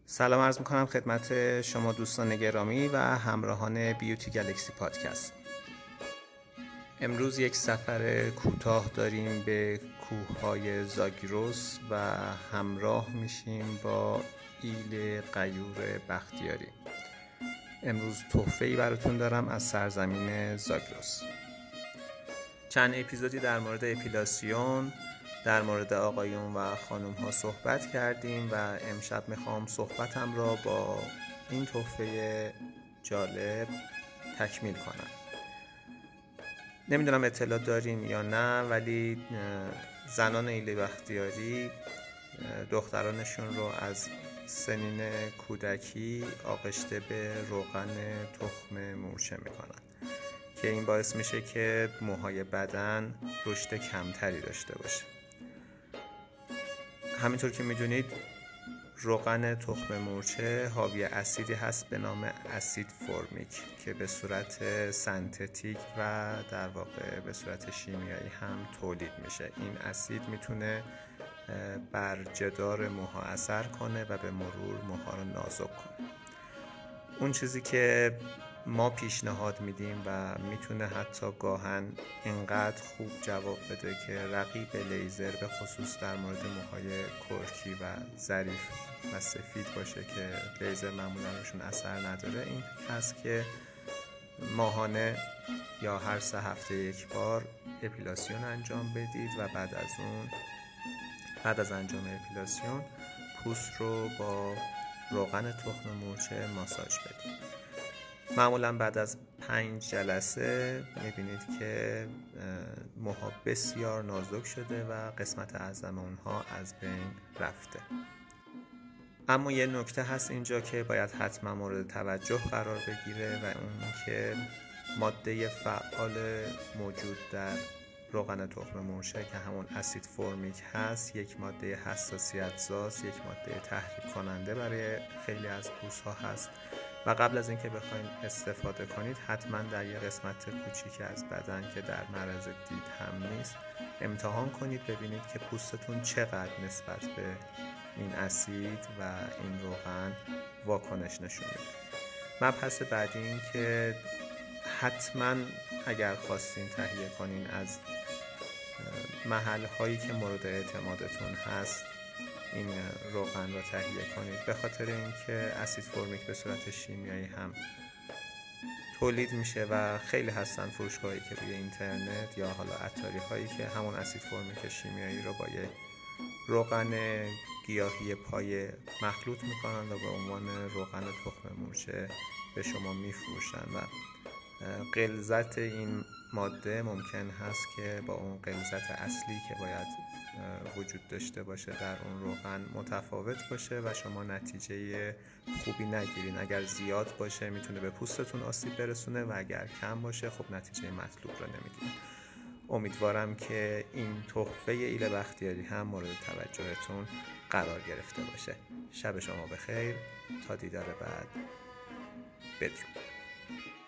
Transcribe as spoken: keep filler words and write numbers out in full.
سلام عرض میکنم خدمت شما دوستان گرامی و همراهان بیوتی گلکسی پادکست. امروز یک سفر کوتاه داریم به کوههای زاگرس و همراه میشیم با ایل غیور بختیاری. امروز تحفه‌ای براتون دارم از سرزمین زاگرس. چند اپیزودی در مورد اپیلاسیون، در مورد آقایون و خانم ها صحبت کردیم و امشب میخوام صحبتم را با این تحفه جالب تکمیل کنم. نمیدونم اطلاع دارین یا نه، ولی زنان ایل بختیاری دخترانشون رو از سنین کودکی آغشته به روغن تخم مورچه میکنن که این باعث میشه که موهای بدن رشد کمتری داشته باشه. همینطور که میدونید روغن تخم مورچه حاوی اسیدی هست به نام اسید فورمیک که به صورت سنتتیک و در واقع به صورت شیمیایی هم تولید میشه. این اسید میتونه بر جدار موها اثر کنه و به مرور موها رو نازک کنه. اون چیزی که ما پیشنهاد میدیم و میتونه حتی گاهن اینقدر خوب جواب بده که رقیب لیزر، به خصوص در مورد موهای کرکی و ظریف و سفید باشه که لیزر معمولا روشون اثر نداره، این هست که ماهانه یا هر سه هفته یک بار اپیلاسیون انجام بدید و بعد از اون بعد از انجام اپیلاسیون پوست رو با روغن تخم مورچه ماساژ بدید. معمولا بعد از پنج جلسه میبینید که موها بسیار نازک شده و قسمت اعظم اونها از بین رفته. اما یه نکته هست اینجا که باید حتما مورد توجه قرار بگیره و اون که ماده فعال موجود در روغن تخم مورچه که همون اسید فورمیک هست، یک ماده حساسیت ساز، یک ماده تحریک کننده برای خیلی از پوست ها هست و قبل از اینکه بخواید استفاده کنید حتما در یه قسمت کوچیکی از بدن که در معرض دید هم نیست امتحان کنید، ببینید که پوستتون چقدر نسبت به این اسید و این روغن واکنش نشون میده. مبحث بعدی این که حتما اگر خواستین تهیه کنین از محل هایی که مورد اعتمادتون هست این روغن رو تهیه کنید، به خاطر اینکه اسید فورمیک به صورت شیمیایی هم تولید میشه و خیلی هستن فروشگاهایی که روی اینترنت یا حالا عطاری هایی که همون اسید فورمیک شیمیایی رو با یک روغن گیاهی پایه مخلوط میکنن و به عنوان روغن تخم مورچه به شما میفروشن و غلظت این ماده ممکن هست که با اون غلظت اصلی که باید وجود داشته باشه در اون روغن متفاوت باشه و شما نتیجه خوبی نگیرین. اگر زیاد باشه میتونه به پوستتون آسیب برسونه و اگر کم باشه خب نتیجه مطلوب رو نمیگیرین. امیدوارم که این تحفه ایل بختیاری هم مورد توجهتون قرار گرفته باشه. شب شما بخیر، تا دیدار بعد، بدرود.